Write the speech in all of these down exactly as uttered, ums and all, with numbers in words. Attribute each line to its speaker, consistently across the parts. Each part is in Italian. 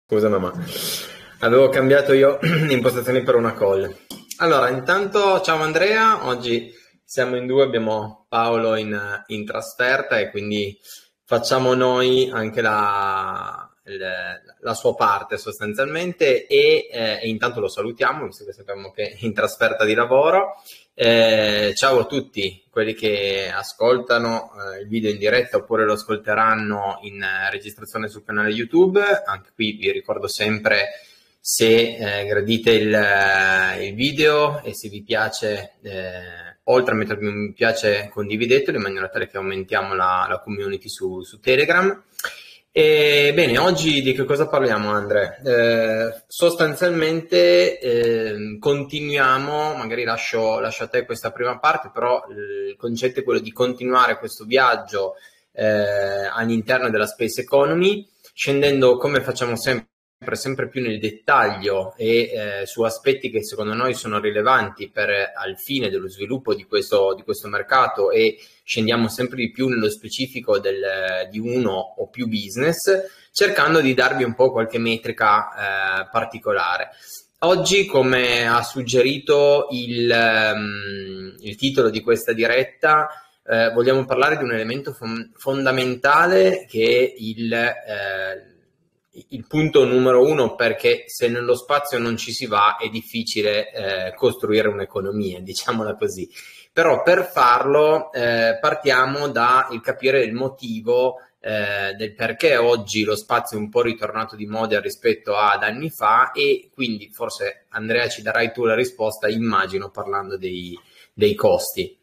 Speaker 1: Scusa mamma, avevo cambiato io le impostazioni per una call. Allora, intanto ciao Andrea, oggi siamo in due, abbiamo Paolo in, in trasferta e quindi facciamo noi anche la, il- la sua parte sostanzialmente e, eh, e intanto lo salutiamo, visto che sappiamo che è in trasferta di lavoro. Eh, ciao a tutti quelli che ascoltano eh, il video in diretta oppure lo ascolteranno in eh, registrazione sul canale YouTube. Anche qui vi ricordo sempre, se eh, gradite il, eh, il video e se vi piace, eh, oltre a mettervi un mi piace, condividetelo in maniera tale che aumentiamo la, la community su, su Telegram. E, bene, oggi di che cosa parliamo, Andre? Eh, sostanzialmente eh, continuiamo, magari lascio, lascio a te questa prima parte, però il concetto è quello di continuare questo viaggio eh, all'interno della space economy, scendendo come facciamo sempre sempre più nel dettaglio e eh, su aspetti che secondo noi sono rilevanti per, al fine dello sviluppo di questo, di questo mercato, e scendiamo sempre di più nello specifico del, di uno o più business, cercando di darvi un po' qualche metrica eh, particolare. Oggi, come ha suggerito il, um, il titolo di questa diretta, eh, vogliamo parlare di un elemento fon- fondamentale che è il, eh, il punto numero uno, perché se nello spazio non ci si va è difficile eh, costruire un'economia, diciamola così. Però per farlo eh, partiamo dal capire il motivo eh, del perché oggi lo spazio è un po' ritornato di moda rispetto ad anni fa, e quindi forse Andrea ci darai tu la risposta, immagino, parlando dei, dei costi.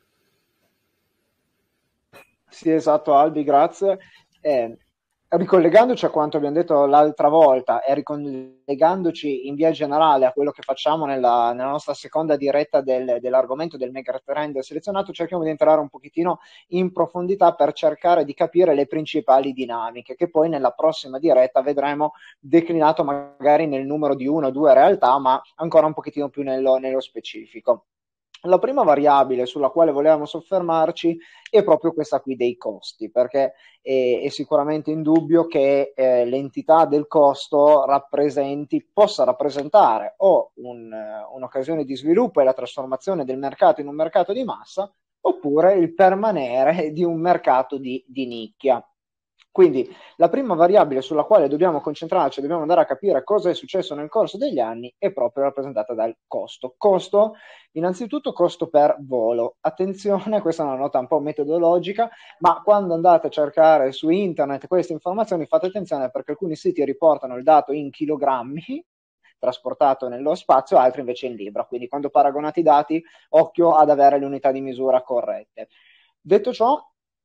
Speaker 2: Sì, esatto, Albi, grazie. Eh, ricollegandoci a quanto abbiamo detto l'altra volta e ricollegandoci in via generale a quello che facciamo nella, nella nostra seconda diretta del- dell'argomento del megatrend selezionato, cerchiamo di entrare un pochettino in profondità per cercare di capire le principali dinamiche, che poi nella prossima diretta vedremo declinato magari nel numero di una o due realtà, ma ancora un pochettino più nello nello specifico. La prima variabile sulla quale volevamo soffermarci è proprio questa qui dei costi, perché è, è sicuramente indubbio che eh, l'entità del costo rappresenti, possa rappresentare o un, eh, un'occasione di sviluppo e la trasformazione del mercato in un mercato di massa, oppure il permanere di un mercato di, di nicchia. Quindi la prima variabile sulla quale dobbiamo concentrarci, dobbiamo andare a capire cosa è successo nel corso degli anni, è proprio rappresentata dal costo. Costo, innanzitutto costo per volo. Attenzione, questa è una nota un po' metodologica, ma quando andate a cercare su internet queste informazioni fate attenzione, perché alcuni siti riportano il dato in chilogrammi trasportato nello spazio, altri invece in libra. Quindi quando paragonate i dati, occhio ad avere le unità di misura corrette. Detto ciò,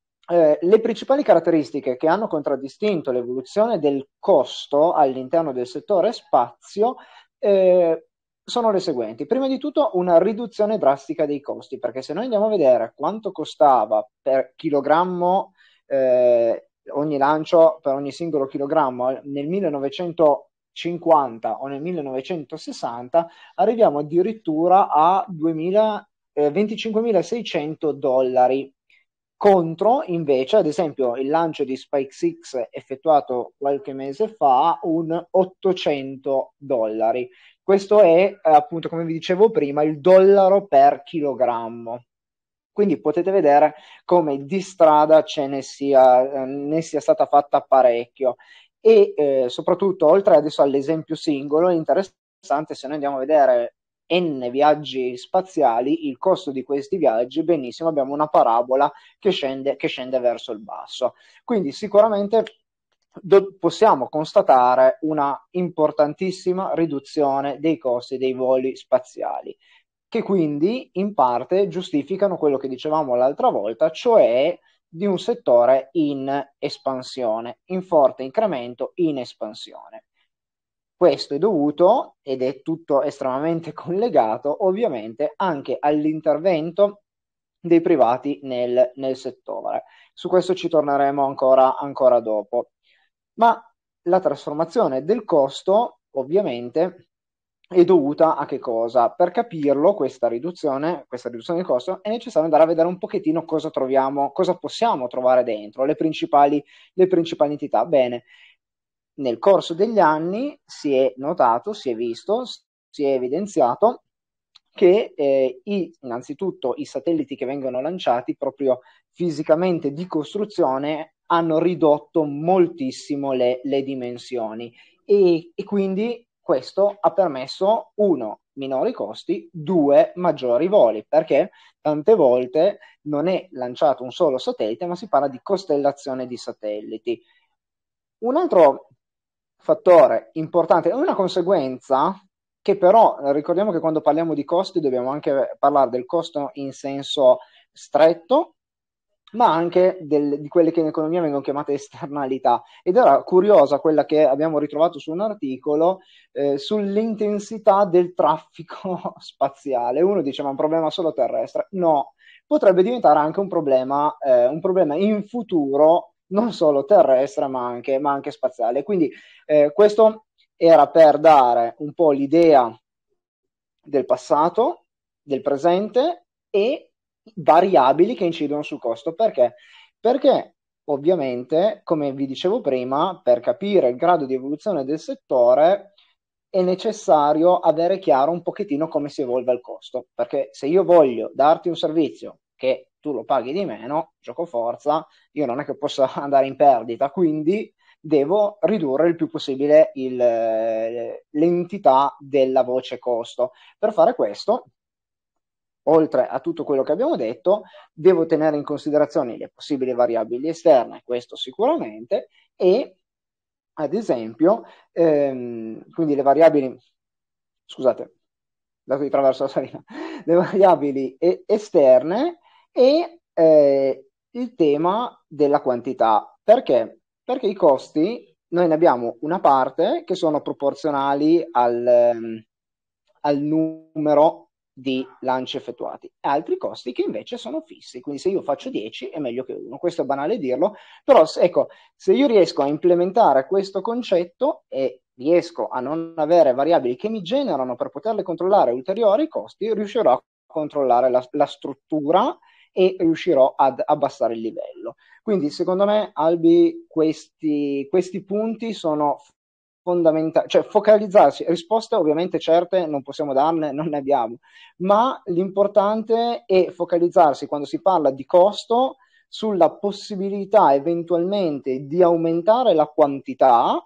Speaker 2: eh, le principali caratteristiche che hanno contraddistinto l'evoluzione del costo all'interno del settore spazio eh, sono le seguenti. Prima di tutto una riduzione drastica dei costi, perché se noi andiamo a vedere quanto costava per chilogrammo eh, ogni lancio, per ogni singolo chilogrammo nel millenovecentocinquanta o nel millenovecentosessanta, arriviamo addirittura a duemila, eh, venticinquemilaseicento dollari. Contro, invece, ad esempio, il lancio di SpaceX effettuato qualche mese fa, un ottocento dollari. Questo è, eh, appunto, come vi dicevo prima, il dollaro per chilogrammo. Quindi potete vedere come di strada ce ne sia, eh, ne sia stata fatta parecchio. E eh, soprattutto, oltre adesso all'esempio singolo, è interessante se noi andiamo a vedere N viaggi spaziali, il costo di questi viaggi, benissimo, abbiamo una parabola che scende, che scende verso il basso. Quindi sicuramente do- possiamo constatare una importantissima riduzione dei costi dei voli spaziali, che quindi in parte giustificano quello che dicevamo l'altra volta, cioè di un settore in espansione, in forte incremento, in espansione. Questo è dovuto, ed è tutto estremamente collegato, ovviamente anche all'intervento dei privati nel, nel settore. Su questo ci torneremo ancora, ancora dopo. Ma la trasformazione del costo, ovviamente, è dovuta a che cosa? Per capirlo, questa riduzione, questa riduzione del costo, è necessario andare a vedere un pochettino cosa troviamo, cosa possiamo trovare dentro, le principali, le principali entità. Bene, nel corso degli anni si è notato, si è visto, si è evidenziato che eh, i, innanzitutto i satelliti che vengono lanciati proprio fisicamente di costruzione hanno ridotto moltissimo le, le dimensioni e, e quindi questo ha permesso, uno, minori costi, due, maggiori voli, perché tante volte non è lanciato un solo satellite, ma si parla di costellazione di satelliti. Un altro fattore importante, una conseguenza che però, ricordiamo che quando parliamo di costi dobbiamo anche parlare del costo in senso stretto, ma anche del, di quelle che in economia vengono chiamate esternalità. Ed era curiosa quella che abbiamo ritrovato su un articolo eh, sull'intensità del traffico spaziale. Uno dice, ma è un problema solo terrestre? No, potrebbe diventare anche un problema, eh, un problema in futuro, non solo terrestre, ma anche, ma anche spaziale. Quindi eh, questo era per dare un po' l'idea del passato, del presente e variabili che incidono sul costo. Perché? Perché ovviamente, come vi dicevo prima, per capire il grado di evoluzione del settore è necessario avere chiaro un pochettino come si evolve il costo. Perché se io voglio darti un servizio che tu lo paghi di meno, gioco forza, io non è che posso andare in perdita, quindi devo ridurre il più possibile il, l'entità della voce costo. Per fare questo, oltre a tutto quello che abbiamo detto, devo tenere in considerazione le possibili variabili esterne, questo sicuramente, e ad esempio, ehm, quindi le variabili, scusate, dato di traverso la salina, le variabili e- esterne e eh, il tema della quantità. Perché? Perché i costi, noi ne abbiamo una parte che sono proporzionali al, ehm, al numero di lanci effettuati, e altri costi che invece sono fissi. Quindi se io faccio dieci è meglio che uno. Questo è banale dirlo, però ecco, se io riesco a implementare questo concetto e riesco a non avere variabili che mi generano per poterle controllare ulteriori costi, riuscirò a controllare la, la struttura e riuscirò ad abbassare il livello. Quindi secondo me, Albi, questi, questi punti sono fondamentali, cioè focalizzarsi, risposte ovviamente certe non possiamo darne, non ne abbiamo, ma l'importante è focalizzarsi quando si parla di costo sulla possibilità eventualmente di aumentare la quantità,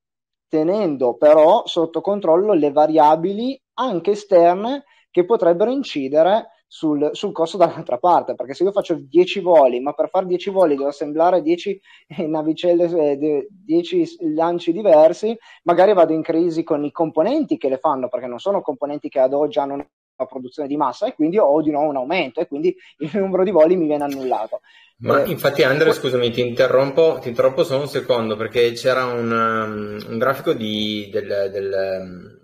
Speaker 2: tenendo però sotto controllo le variabili anche esterne che potrebbero incidere sul, sul costo dall'altra parte, perché se io faccio dieci voli, ma per fare dieci voli devo assemblare dieci navicelle, eh, dieci lanci diversi, magari vado in crisi con i componenti che le fanno, perché non sono componenti che ad oggi hanno una produzione di massa, e quindi ho di nuovo un aumento e quindi il numero di voli mi viene annullato.
Speaker 1: Ma
Speaker 2: Eh,
Speaker 1: infatti Andre, scusami, ti interrompo, ti interrompo solo un secondo perché c'era un, um, un grafico di, del, del, um,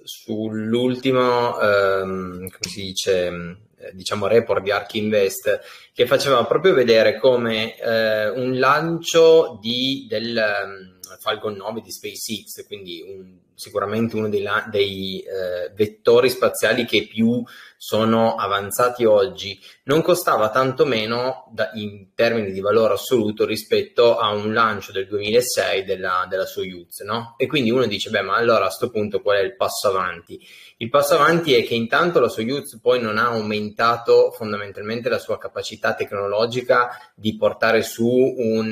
Speaker 1: sull'ultimo, um, come si dice, um, diciamo report di Ark Invest che faceva proprio vedere come uh, un lancio di, del um, Falcon nove di SpaceX, quindi un, sicuramente uno dei, dei uh, vettori spaziali che più sono avanzati oggi, non costava tanto meno da, in termini di valore assoluto rispetto a un lancio del duemilasei della, della Soyuz, no? E quindi uno dice, beh, ma allora a questo punto qual è il passo avanti? Il passo avanti è che intanto la Soyuz poi non ha aumentato fondamentalmente la sua capacità tecnologica di portare su un,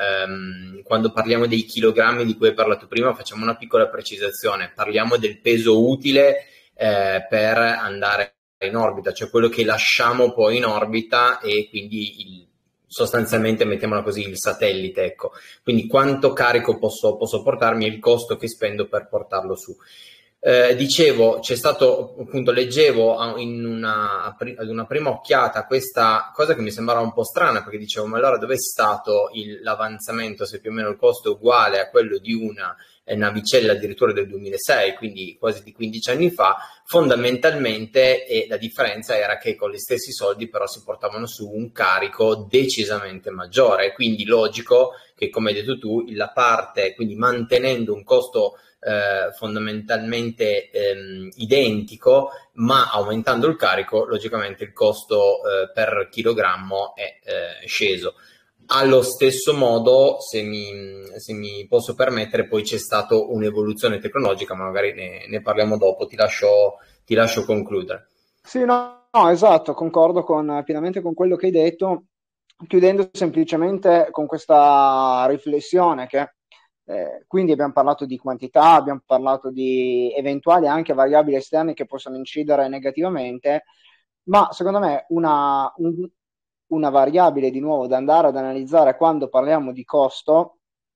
Speaker 1: um, quando parliamo dei chilogrammi di cui hai parlato prima, facciamo una piccola precisazione, parliamo del peso utile eh, per andare in orbita, cioè quello che lasciamo poi in orbita e quindi il, sostanzialmente, mettiamola così, il satellite, ecco. Quindi quanto carico posso, posso portarmi e il costo che spendo per portarlo su. Eh, dicevo, c'è stato, appunto, leggevo in una, ad una prima occhiata questa cosa che mi sembrava un po' strana, perché dicevo, ma allora dov'è stato il, l'avanzamento, se più o meno il costo è uguale a quello di una navicella addirittura del duemilasei, quindi quasi di quindici anni fa, fondamentalmente e la differenza era che con gli stessi soldi però si portavano su un carico decisamente maggiore, quindi logico che, come hai detto tu, la parte, quindi mantenendo un costo eh, fondamentalmente ehm, identico, ma aumentando il carico, logicamente il costo eh, per chilogrammo è eh, sceso. allo stesso modo, se mi, se mi posso permettere, poi c'è stata un'evoluzione tecnologica, ma magari ne, ne parliamo dopo, ti lascio, ti lascio concludere.
Speaker 2: Sì, no, no, esatto, concordo con, pienamente con quello che hai detto, chiudendo semplicemente con questa riflessione che eh, quindi abbiamo parlato di quantità, abbiamo parlato di eventuali anche variabili esterne che possono incidere negativamente, ma secondo me una, un- una variabile di nuovo da andare ad analizzare quando parliamo di costo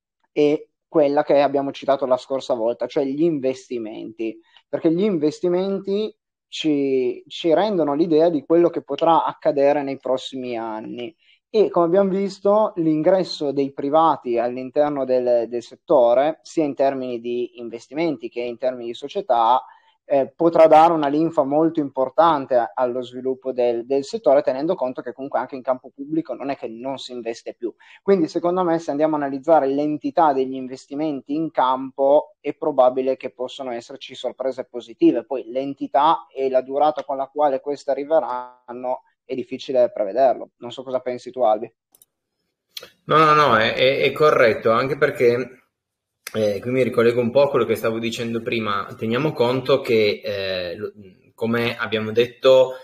Speaker 2: è quella che abbiamo citato la scorsa volta, cioè gli investimenti, perché gli investimenti ci, ci rendono l'idea di quello che potrà accadere nei prossimi anni. E come abbiamo visto, l'ingresso dei privati all'interno del, del settore, sia in termini di investimenti che in termini di società, eh, potrà dare una linfa molto importante allo sviluppo del, del settore, tenendo conto che comunque anche in campo pubblico non è che non si investe più. Quindi secondo me, se andiamo a analizzare l'entità degli investimenti in campo, è probabile che possano esserci sorprese positive. Poi l'entità e la durata con la quale queste arriveranno è difficile prevederlo. Non so cosa pensi tu, Albi.
Speaker 1: No, no, no, è, è- è corretto, anche perché eh, qui mi ricollego un po' a quello che stavo dicendo prima. Teniamo conto che, eh, lo- come abbiamo detto,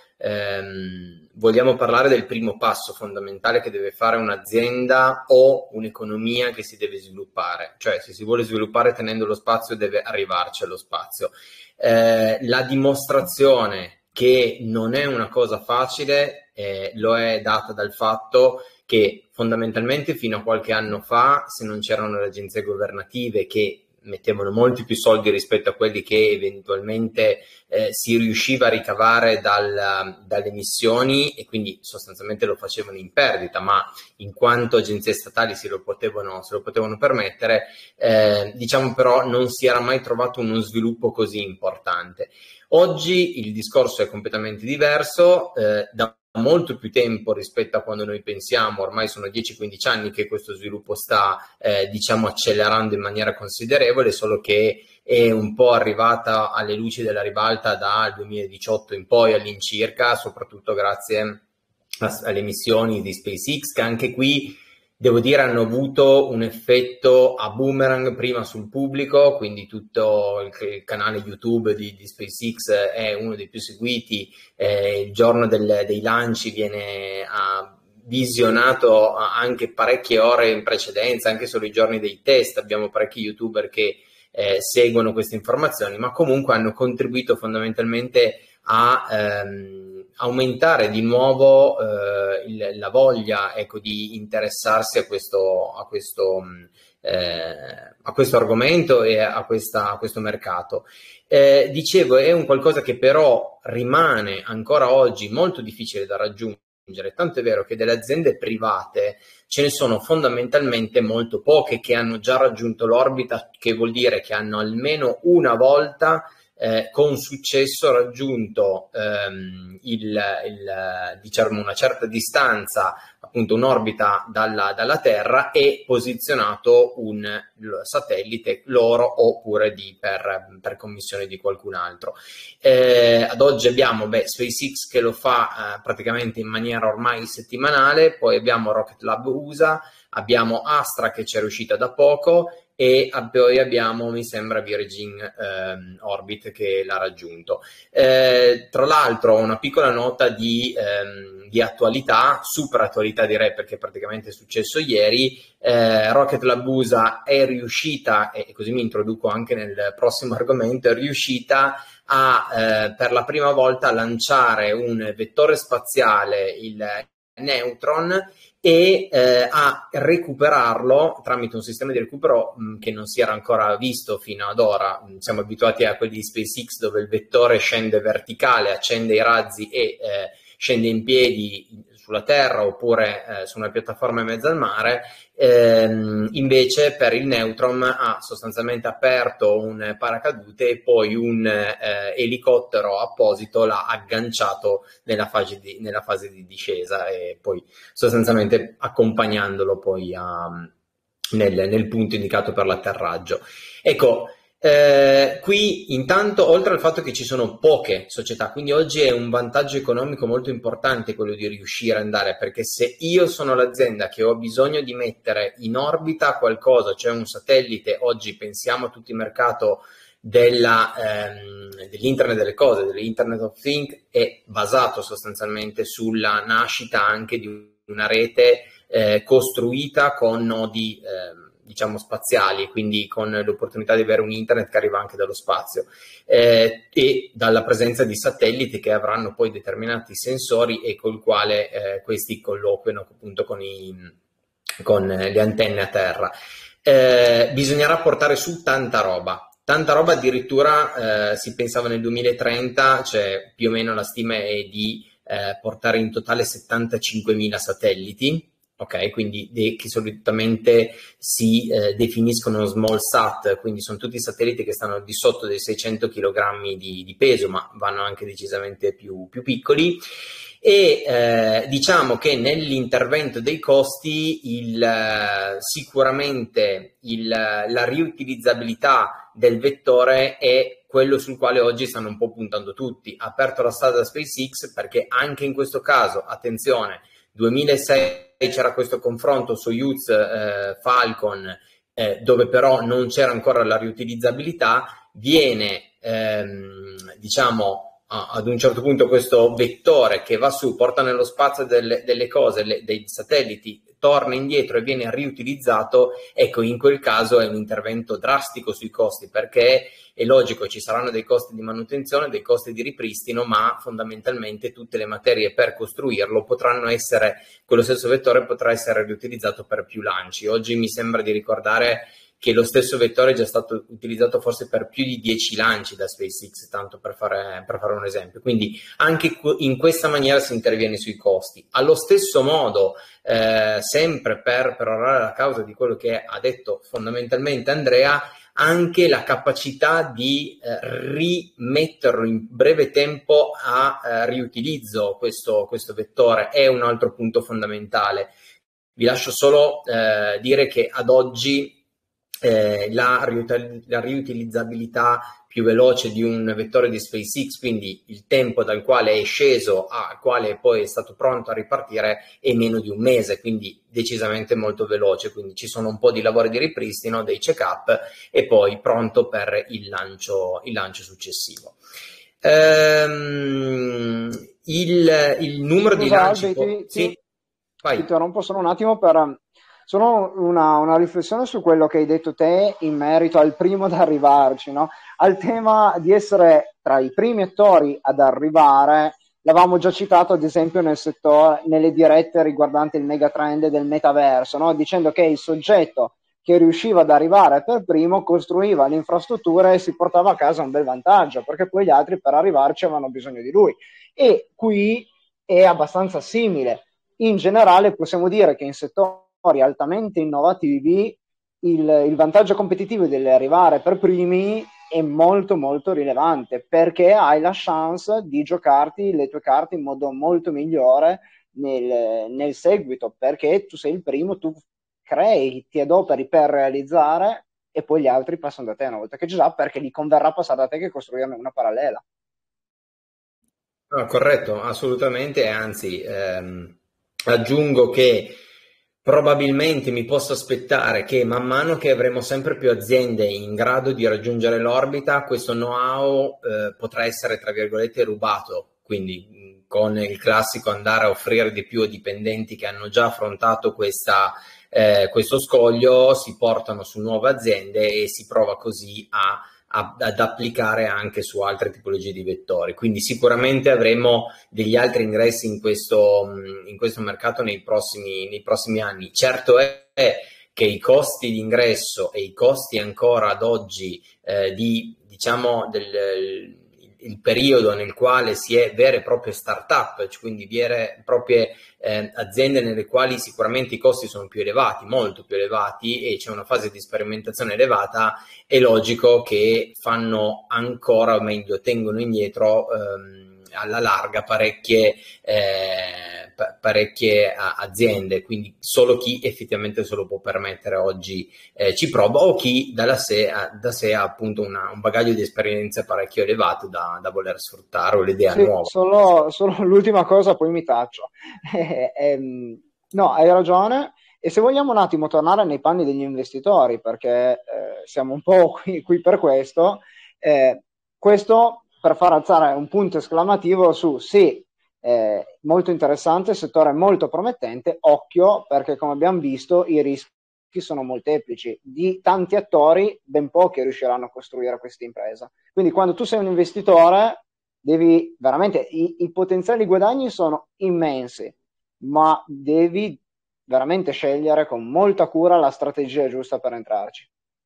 Speaker 1: ehm, vogliamo parlare del primo passo fondamentale che deve fare un'azienda o un'economia che si deve sviluppare. Cioè, se si vuole sviluppare tenendo lo spazio, deve arrivarci allo spazio. Eh, la dimostrazione che non è una cosa facile, eh, lo è data dal fatto che fondamentalmente fino a qualche anno fa, se non c'erano le agenzie governative che mettevano molti più soldi rispetto a quelli che eventualmente eh, si riusciva a ricavare dal, dalle emissioni, e quindi sostanzialmente lo facevano in perdita, ma in quanto agenzie statali se lo potevano, se lo potevano permettere, eh, diciamo però non si era mai trovato uno sviluppo così importante. Oggi il discorso è completamente diverso, eh, da molto più tempo rispetto a quando noi pensiamo, ormai sono dieci quindici anni che questo sviluppo sta eh, diciamo accelerando in maniera considerevole, solo che è un po' arrivata alle luci della ribalta dal duemiladiciotto in poi all'incirca, soprattutto grazie a, alle missioni di SpaceX, che anche qui devo dire hanno avuto un effetto a boomerang prima sul pubblico, quindi tutto il, il canale YouTube di, di SpaceX è uno dei più seguiti, eh, il giorno del, dei lanci viene a visionato anche parecchie ore in precedenza, anche solo i giorni dei test abbiamo parecchi youtuber che eh, seguono queste informazioni, ma comunque hanno contribuito fondamentalmente a ehm, aumentare di nuovo eh, il, la voglia, ecco, di interessarsi a questo, a questo, eh, a questo argomento e a, questa, a questo mercato. Eh, dicevo, è un qualcosa che però rimane ancora oggi molto difficile da raggiungere. Tanto è vero che delle aziende private ce ne sono fondamentalmente molto poche che hanno già raggiunto l'orbita, che vuol dire che hanno almeno una volta eh, con successo raggiunto ehm, il, il, diciamo una certa distanza, appunto un'orbita dalla, dalla Terra, e posizionato un satellite loro oppure di, per, per commissione di qualcun altro. Eh, ad oggi abbiamo beh, SpaceX che lo fa eh, praticamente in maniera ormai settimanale, poi abbiamo Rocket Lab U S A, abbiamo Astra che ci è riuscita da poco, e poi abbiamo, mi sembra, Virgin ehm, Orbit che l'ha raggiunto. Eh, tra l'altro, una piccola nota di, ehm, di attualità, super attualità direi, perché praticamente è successo ieri. eh, Rocket Lab U S A è riuscita, e così mi introduco anche nel prossimo argomento, è riuscita a eh, per la prima volta lanciare un vettore spaziale, il Neutron, e eh, a recuperarlo tramite un sistema di recupero mh, che non si era ancora visto fino ad ora. Mh, siamo abituati a quelli di SpaceX dove il vettore scende verticale, accende i razzi e eh, scende in piedi sulla Terra oppure eh, su una piattaforma in mezzo al mare. Ehm, invece per il Neutron ha sostanzialmente aperto un paracadute e poi un eh, elicottero apposito l'ha agganciato nella fase di, nella fase di discesa, e poi sostanzialmente accompagnandolo poi a, nel, nel punto indicato per l'atterraggio. Ecco, Eh, qui intanto, oltre al fatto che ci sono poche società, quindi oggi è un vantaggio economico molto importante quello di riuscire ad andare, perché se io sono l'azienda che ho bisogno di mettere in orbita qualcosa, cioè un satellite, oggi pensiamo a tutto il mercato della, ehm, dell'internet delle cose, dell'internet of things, è basato sostanzialmente sulla nascita anche di una rete eh, costruita con nodi eh, diciamo spaziali, quindi con l'opportunità di avere un internet che arriva anche dallo spazio eh, e dalla presenza di satelliti che avranno poi determinati sensori e col quale eh, questi colloquiano appunto con, i, con le antenne a terra. Eh, bisognerà portare su tanta roba. Tanta roba, addirittura eh, si pensava nel duemilatrenta, cioè più o meno la stima è di eh, portare in totale settantacinquemila satelliti, ok? Quindi de- che solitamente si eh, definiscono small sat, quindi sono tutti satelliti che stanno di sotto dei seicento chilogrammi di, di peso, ma vanno anche decisamente più, più piccoli. E eh, diciamo che nell'intervento dei costi il, eh, sicuramente il, la riutilizzabilità del vettore è quello sul quale oggi stanno un po' puntando tutti. Ha aperto la strada da SpaceX perché anche in questo caso, attenzione, duemilasei c'era questo confronto Soyuz eh, Falcon eh, dove però non c'era ancora la riutilizzabilità, viene ehm, diciamo ad un certo punto questo vettore che va su, porta nello spazio delle, delle cose, le, dei satelliti, torna indietro e viene riutilizzato. Ecco, in quel caso è un intervento drastico sui costi, perché è logico, ci saranno dei costi di manutenzione, dei costi di ripristino, ma fondamentalmente tutte le materie per costruirlo potranno essere, quello stesso vettore potrà essere riutilizzato per più lanci. Oggi mi sembra di ricordare che lo stesso vettore è già stato utilizzato forse per più di dieci lanci da SpaceX, tanto per fare, per fare un esempio. Quindi anche in questa maniera si interviene sui costi. Allo stesso modo, eh, sempre per perorare la causa di quello che ha detto fondamentalmente Andrea, anche la capacità di eh, rimetterlo in breve tempo a eh, riutilizzo questo, questo vettore è un altro punto fondamentale. Vi lascio solo eh, dire che ad oggi Eh, la, riutil- la riutilizzabilità più veloce di un vettore di SpaceX, quindi il tempo dal quale è sceso al quale poi è stato pronto a ripartire, è meno di un mese, quindi decisamente molto veloce. Quindi ci sono un po' di lavori di ripristino, dei check-up e poi pronto per il lancio, il lancio successivo. Ehm, il, il numero
Speaker 2: Scusa,
Speaker 1: di lanci
Speaker 2: Albi,
Speaker 1: po-
Speaker 2: ti,
Speaker 1: sì,
Speaker 2: ti,
Speaker 1: vai.
Speaker 2: ti interrompo solo un attimo per solo una, una riflessione su quello che hai detto te in merito al primo ad arrivarci, no? Al tema di essere tra i primi attori ad arrivare. L'avevamo già citato ad esempio nel settore, nelle dirette riguardanti il megatrend del metaverso, no? Dicendo che il soggetto che riusciva ad arrivare per primo costruiva l'infrastruttura e si portava a casa un bel vantaggio, perché poi gli altri per arrivarci avevano bisogno di lui. E qui è abbastanza simile. In generale possiamo dire che in settori altamente innovativi il, il vantaggio competitivo dell'arrivare per primi è molto molto rilevante, perché hai la chance di giocarti le tue carte in modo molto migliore nel, nel seguito, perché tu sei il primo, tu crei, ti adoperi per realizzare e poi gli altri passano da te una volta che ci sa, perché gli converrà passare da te che costruirne una parallela.
Speaker 1: No, corretto, assolutamente, anzi ehm, aggiungo che probabilmente mi posso aspettare che man mano che avremo sempre più aziende in grado di raggiungere l'orbita, questo know-how eh, potrà essere, tra virgolette, rubato, quindi mh, con il classico andare a offrire di più ai dipendenti che hanno già affrontato questa, eh, questo scoglio, si portano su nuove aziende e si prova così a ad applicare anche su altre tipologie di vettori. Quindi sicuramente avremo degli altri ingressi in questo, in questo mercato nei prossimi, nei prossimi anni. Certo è che i costi di ingresso e i costi ancora ad oggi eh, di, diciamo, del il periodo nel quale si è vere e proprie start-up, cioè quindi vere e proprie eh, aziende nelle quali sicuramente i costi sono più elevati, molto più elevati, e c'è una fase di sperimentazione elevata, è logico che fanno ancora, o meglio, tengono indietro ehm, alla larga parecchie, eh, pa- parecchie a- aziende, quindi solo chi effettivamente se lo può permettere oggi eh, ci prova, o chi dalla sé, ha- da sé ha appunto una- un bagaglio di esperienze parecchio elevato da, da voler sfruttare, o l'idea
Speaker 2: Sì,
Speaker 1: nuova.
Speaker 2: solo, solo l'ultima cosa, poi mi taccio. Eh, ehm, no, hai ragione. E se vogliamo un attimo tornare nei panni degli investitori, perché eh, siamo un po' qui, qui per questo, eh, questo per far alzare un punto esclamativo su sì, eh, molto interessante, settore molto promettente, occhio, perché come abbiamo visto i rischi sono molteplici. Di tanti attori, ben pochi riusciranno a costruire questa impresa. Quindi quando tu sei un investitore devi veramente, i, i potenziali guadagni sono immensi, ma devi veramente scegliere con molta cura la strategia giusta per entrarci.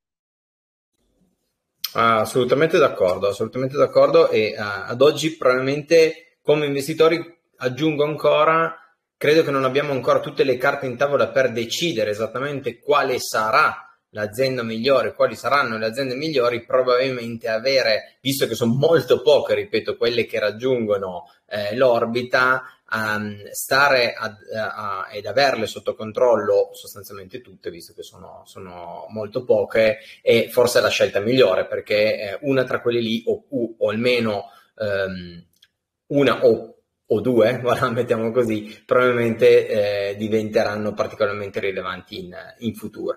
Speaker 1: Ah, assolutamente d'accordo, assolutamente d'accordo e eh, ad oggi probabilmente come investitori aggiungo ancora, credo che non abbiamo ancora tutte le carte in tavola per decidere esattamente quale sarà l'azienda migliore, quali saranno le aziende migliori, probabilmente avere, visto che sono molto poche, ripeto, quelle che raggiungono eh, l'orbita, um, stare ad, a, ed averle sotto controllo sostanzialmente tutte, visto che sono, sono molto poche, è forse la scelta migliore, perché eh, una tra quelle lì, o, o, o almeno um, una o o due, voilà, mettiamo così, probabilmente eh, diventeranno particolarmente rilevanti in, in futuro.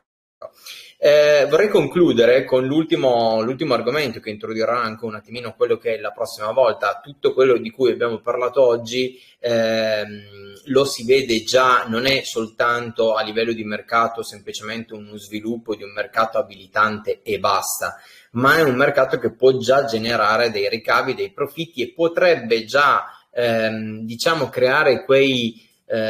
Speaker 1: Eh, vorrei concludere con l'ultimo, l'ultimo argomento che introdurrà anche un attimino quello che è la prossima volta. Tutto quello di cui abbiamo parlato oggi ehm, lo si vede già, non è soltanto a livello di mercato semplicemente uno sviluppo di un mercato abilitante e basta, ma è un mercato che può già generare dei ricavi, dei profitti e potrebbe già ehm, diciamo creare quei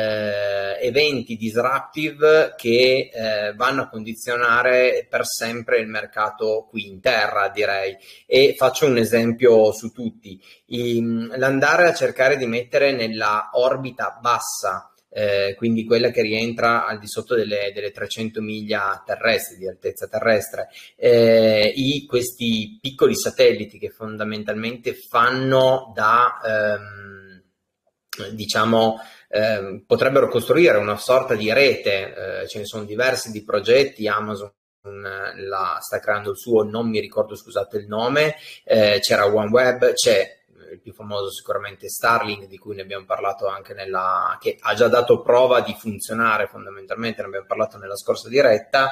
Speaker 1: eh, eventi disruptive che eh, vanno a condizionare per sempre il mercato qui in terra, direi. E faccio un esempio su tutti. I, l'andare a cercare di mettere nella orbita bassa, eh, quindi quella che rientra al di sotto delle, delle trecento miglia terrestri, di altezza terrestre, eh, i, questi piccoli satelliti che fondamentalmente fanno da, ehm, diciamo, eh, potrebbero costruire una sorta di rete, eh, ce ne sono diversi di progetti, Amazon la sta creando il suo, non mi ricordo scusate il nome, eh, c'era OneWeb, c'è il più famoso sicuramente Starlink, di cui ne abbiamo parlato anche nella, che ha già dato prova di funzionare fondamentalmente, ne abbiamo parlato nella scorsa diretta.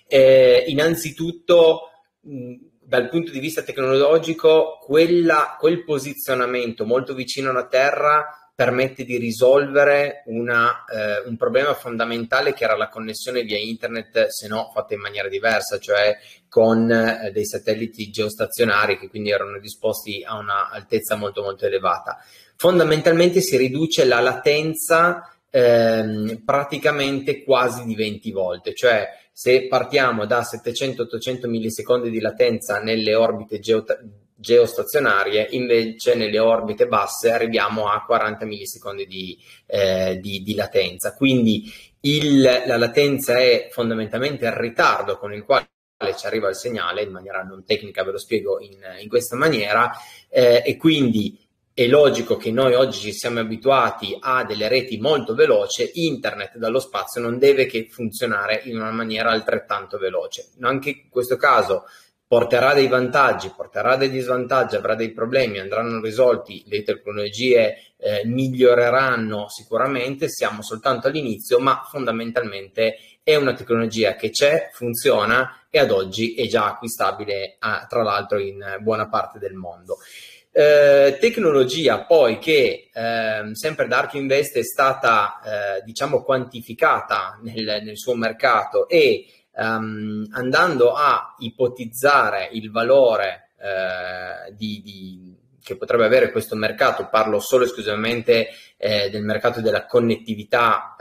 Speaker 1: Eh, innanzitutto mh, dal punto di vista tecnologico quella, quel posizionamento molto vicino alla Terra permette di risolvere una, eh, un problema fondamentale che era la connessione via internet, se no fatta in maniera diversa, cioè con eh, dei satelliti geostazionari che quindi erano disposti a una altezza molto molto elevata. Fondamentalmente si riduce la latenza ehm, praticamente quasi di venti volte, cioè se partiamo da settecento ottocento millisecondi di latenza nelle orbite geostazionarie, geostazionarie, invece nelle orbite basse arriviamo a quaranta millisecondi di, eh, di, di latenza. Quindi il, la latenza è fondamentalmente il ritardo con il quale ci arriva il segnale, in maniera non tecnica ve lo spiego in, in questa maniera, eh, e quindi è logico che noi oggi ci siamo abituati a delle reti molto veloci, internet dallo spazio non deve che funzionare in una maniera altrettanto veloce. Anche in questo caso porterà dei vantaggi, porterà degli svantaggi, avrà dei problemi, andranno risolti, le tecnologie eh, miglioreranno sicuramente, siamo soltanto all'inizio, ma fondamentalmente è una tecnologia che c'è, funziona e ad oggi è già acquistabile a, tra l'altro in buona parte del mondo. Eh, tecnologia poi che eh, sempre da Ark Invest è stata eh, diciamo quantificata nel, nel suo mercato e Um, andando a ipotizzare il valore eh, di, di, che potrebbe avere questo mercato, parlo solo esclusivamente eh, del mercato della connettività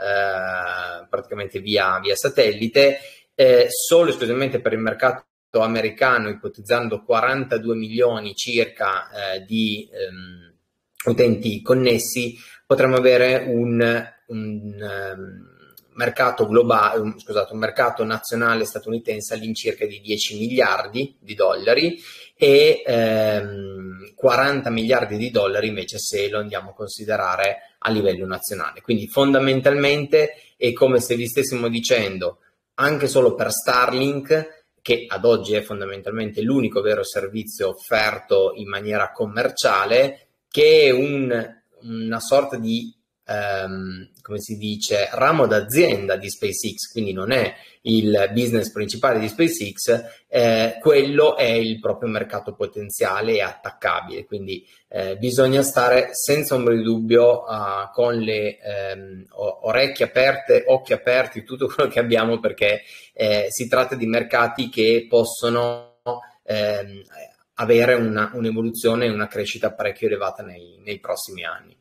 Speaker 1: eh, praticamente via, via satellite, eh, solo esclusivamente per il mercato americano, ipotizzando quarantadue milioni circa eh, di ehm, utenti connessi, potremmo avere un, un um, mercato globale, scusate, un mercato nazionale statunitense all'incirca di dieci miliardi di dollari e ehm, quaranta miliardi di dollari invece se lo andiamo a considerare a livello nazionale. Quindi fondamentalmente è come se vi stessimo dicendo, anche solo per Starlink, che ad oggi è fondamentalmente l'unico vero servizio offerto in maniera commerciale, che è un, una sorta di Um, come si dice, ramo d'azienda di SpaceX, quindi non è il business principale di SpaceX, eh, quello è il proprio mercato potenziale e attaccabile, quindi eh, bisogna stare senza ombra di dubbio uh, con le um, orecchie aperte, occhi aperti, tutto quello che abbiamo, perché eh, si tratta di mercati che possono ehm, avere una, un'evoluzione e una crescita parecchio elevata nei, nei prossimi anni.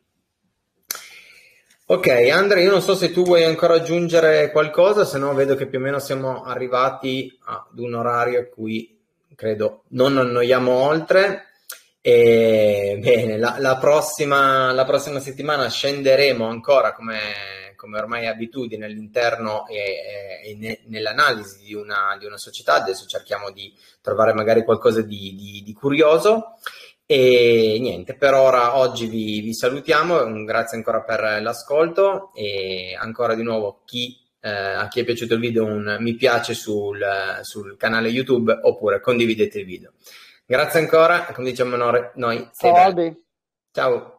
Speaker 1: Ok, Andrea, io non so se tu vuoi ancora aggiungere qualcosa, se no vedo che più o meno siamo arrivati ad un orario a cui credo non annoiamo oltre. E, bene, la, la, prossima, la prossima settimana scenderemo ancora, come, come ormai è abitudine, all'interno e, e ne, nell'analisi di una, di una società. Adesso cerchiamo di trovare magari qualcosa di, di, di curioso. E niente, per ora oggi vi, vi salutiamo, grazie ancora per l'ascolto e ancora di nuovo chi, eh, a chi è piaciuto il video un mi piace sul, sul canale YouTube oppure condividete il video. Grazie ancora, come diciamo noi,
Speaker 2: ciao Albi.
Speaker 1: Ciao.